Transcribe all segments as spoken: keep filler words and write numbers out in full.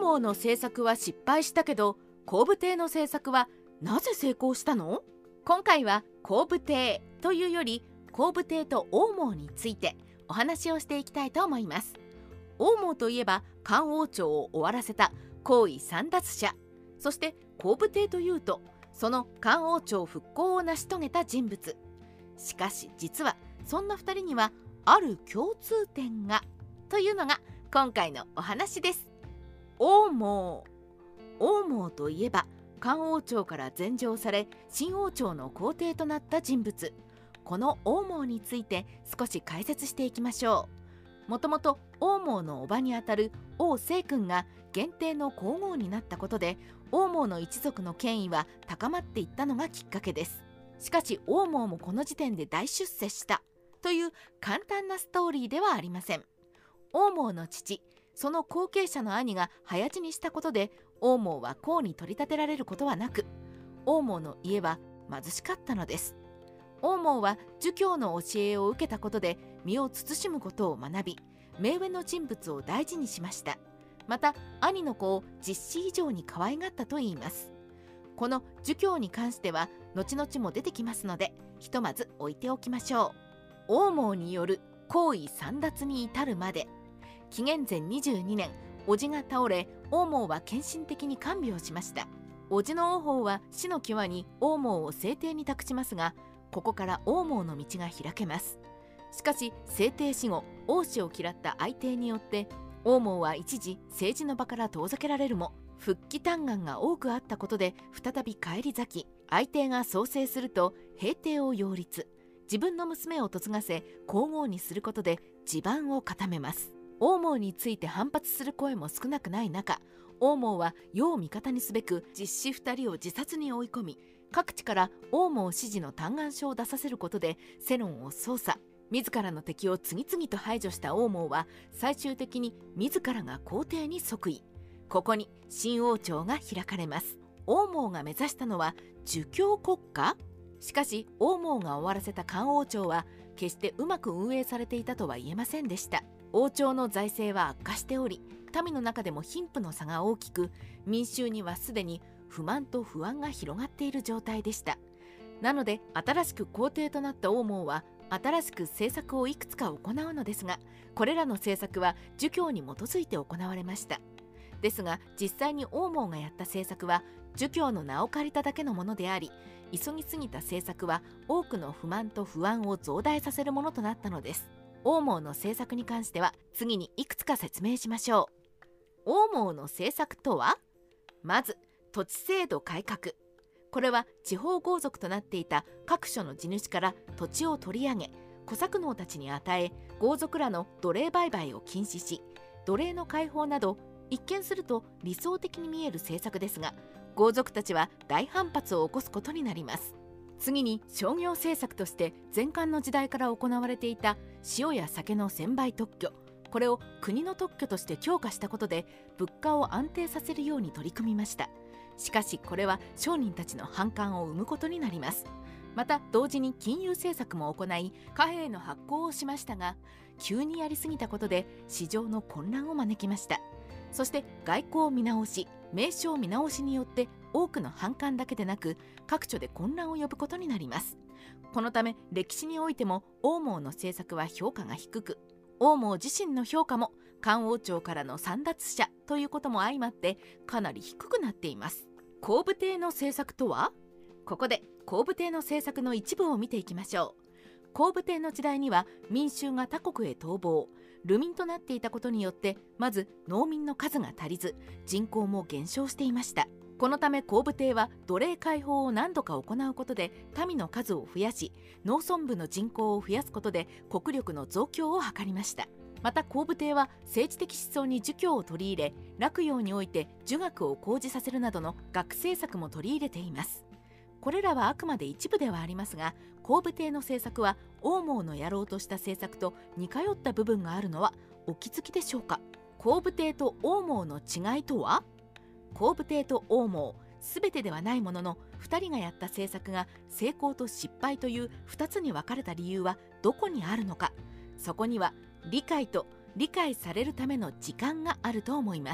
毛の政策は失敗したけど、洪武帝の政策はなぜ成功したの？今回は洪武帝というより洪武帝と王毛についてお話をしていきたいと思います。王毛といえば漢王朝を終わらせた皇位簒奪者、そして洪武帝というとその漢王朝復興を成し遂げた人物。しかし実はそんなふたりにはある共通点がというのが今回のお話です。王毛。王毛といえば漢王朝から禅譲され新王朝の皇帝となった人物。この王毛について少し解説していきましょう。もともと王毛の叔母にあたる王政君が元帝の皇后になったことで王毛の一族の権威は高まっていったのがきっかけです。しかし王毛もこの時点で大出世したという簡単なストーリーではありません。王毛の父、その後継者の兄が早死にしたことで王毛は皇に取り立てられることはなく、王毛の家は貧しかったのです。王毛は儒教の教えを受けたことで身を慎むことを学び、目上の人物を大事にしました。また兄の子を実子以上に可愛がったといいます。この儒教に関しては後々も出てきますので、ひとまず置いておきましょう。王毛による皇位簒奪に至るまで、紀元前にじゅうにねん、叔父が倒れ王毛は献身的に看病しました。叔父の王鵬は死の際に王毛を政帝に託しますが、ここから王毛の道が開けます。しかし政帝死後、王子を嫌った愛帝によって王毛は一時政治の場から遠ざけられるも、復帰嘆願が多くあったことで再び返り咲き、愛帝が創生すると平帝を擁立、自分の娘を嫁がせ皇后にすることで地盤を固めます。王毛について反発する声も少なくない中、王毛は世を味方にすべく実子ふたりを自殺に追い込み、各地から王毛支持の嘆願書を出させることで世論を操作、自らの敵を次々と排除した王毛は最終的に自らが皇帝に即位。ここに新王朝が開かれます。王毛が目指したのは儒教国家？しかし王毛が終わらせた漢王朝は決してうまく運営されていたとは言えませんでした。王朝の財政は悪化しており、民の中でも貧富の差が大きく、民衆にはすでに不満と不安が広がっている状態でした。なので新しく皇帝となった王毛は新しく政策をいくつか行うのですが、これらの政策は儒教に基づいて行われました。ですが実際に王毛がやった政策は儒教の名を借りただけのものであり、急ぎすぎた政策は多くの不満と不安を増大させるものとなったのです。王毛の政策に関しては次にいくつか説明しましょう。王毛の政策とは、まず土地制度改革。これは地方豪族となっていた各所の地主から土地を取り上げ、小作農たちに与え、豪族らの奴隷売買を禁止し、奴隷の解放など一見すると理想的に見える政策ですが、豪族たちは大反発を起こすことになります。次に商業政策として前漢の時代から行われていた塩や酒の専売特許、これを国の特許として強化したことで物価を安定させるように取り組みました。しかしこれは商人たちの反感を生むことになります。また同時に金融政策も行い貨幣の発行をしましたが、急にやりすぎたことで市場の混乱を招きました。そして外交見直し、名称見直しによって多くの反感だけでなく各所で混乱を呼ぶことになります。このため歴史においても王毛の政策は評価が低く、王毛自身の評価も漢王朝からの簒奪者ということも相まってかなり低くなっています。洪武帝の政策とは？ここで洪武帝の政策の一部を見ていきましょう。洪武帝の時代には民衆が他国へ逃亡、流民となっていたことによってまず農民の数が足りず人口も減少していました。このため洪武帝は奴隷解放を何度か行うことで民の数を増やし、農村部の人口を増やすことで国力の増強を図りました。また洪武帝は政治的思想に儒教を取り入れ、洛陽において儒学を講じさせるなどの学政策も取り入れています。これらはあくまで一部ではありますが、洪武帝の政策は王毛のやろうとした政策と似通った部分があるのはお気づきでしょうか。洪武帝と王毛の違いとは？洪武帝と王毛、すべてではないもののふたりがやった政策が成功と失敗というふたつに分かれた理由はどこにあるのか。そこには理解と理解されるための時間があると思います。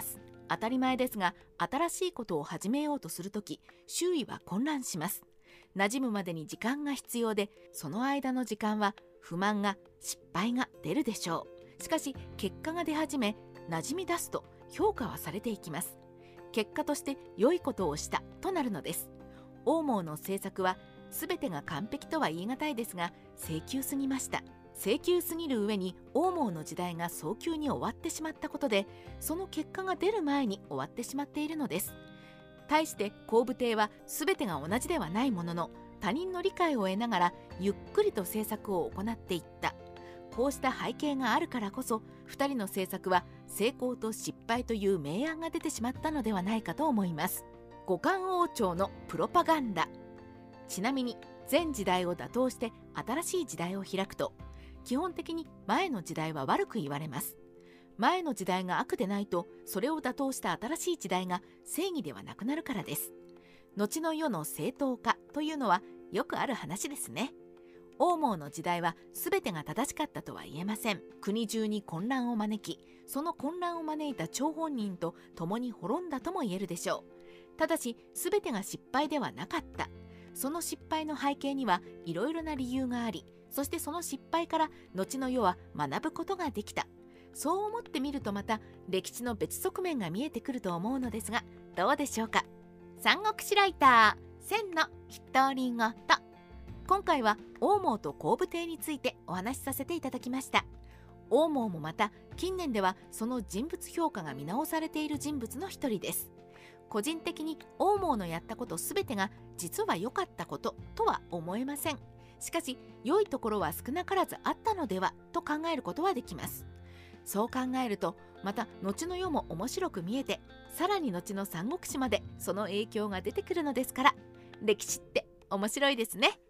当たり前ですが、新しいことを始めようとするとき、周囲は混乱します。馴染むまでに時間が必要で、その間の時間は不満が失敗が出るでしょう。しかし結果が出始め、馴染み出すと評価はされていきます。結果として良いことをしたとなるのです。オウモウの政策は全てが完璧とは言い難いですが、性急すぎました。性急すぎる上にオウモウの時代が早急に終わってしまったことで、その結果が出る前に終わってしまっているのです。対して洪武帝は全てが同じではないものの、他人の理解を得ながらゆっくりと政策を行っていった。こうした背景があるからこそ、ふたりの政策は成功と失敗という明暗が出てしまったのではないかと思います。五冠王朝のプロパガンダ。ちなみに全時代を打倒して新しい時代を開くと、基本的に前の時代は悪く言われます。前の時代が悪でないと、それを打倒した新しい時代が正義ではなくなるからです。後の世の正当化というのはよくある話ですね。オウモウの時代は全てが正しかったとは言えません。国中に混乱を招き、その混乱を招いた張本人と共に滅んだとも言えるでしょう。ただし全てが失敗ではなかった。その失敗の背景にはいろいろな理由があり、そしてその失敗から後の世は学ぶことができた。そう思ってみると、また歴史の別側面が見えてくると思うのですが、どうでしょうか。三国志ライター千の独り言。今回はオウモウと洪武帝についてお話しさせていただきました。オウモウもまた近年ではその人物評価が見直されている人物の一人です。個人的にオウモウのやったことすべてが実は良かったこととは思えません。しかし良いところは少なからずあったのではと考えることはできます。そう考えると、また後の世も面白く見えて、さらに後の三国志までその影響が出てくるのですから、歴史って面白いですね。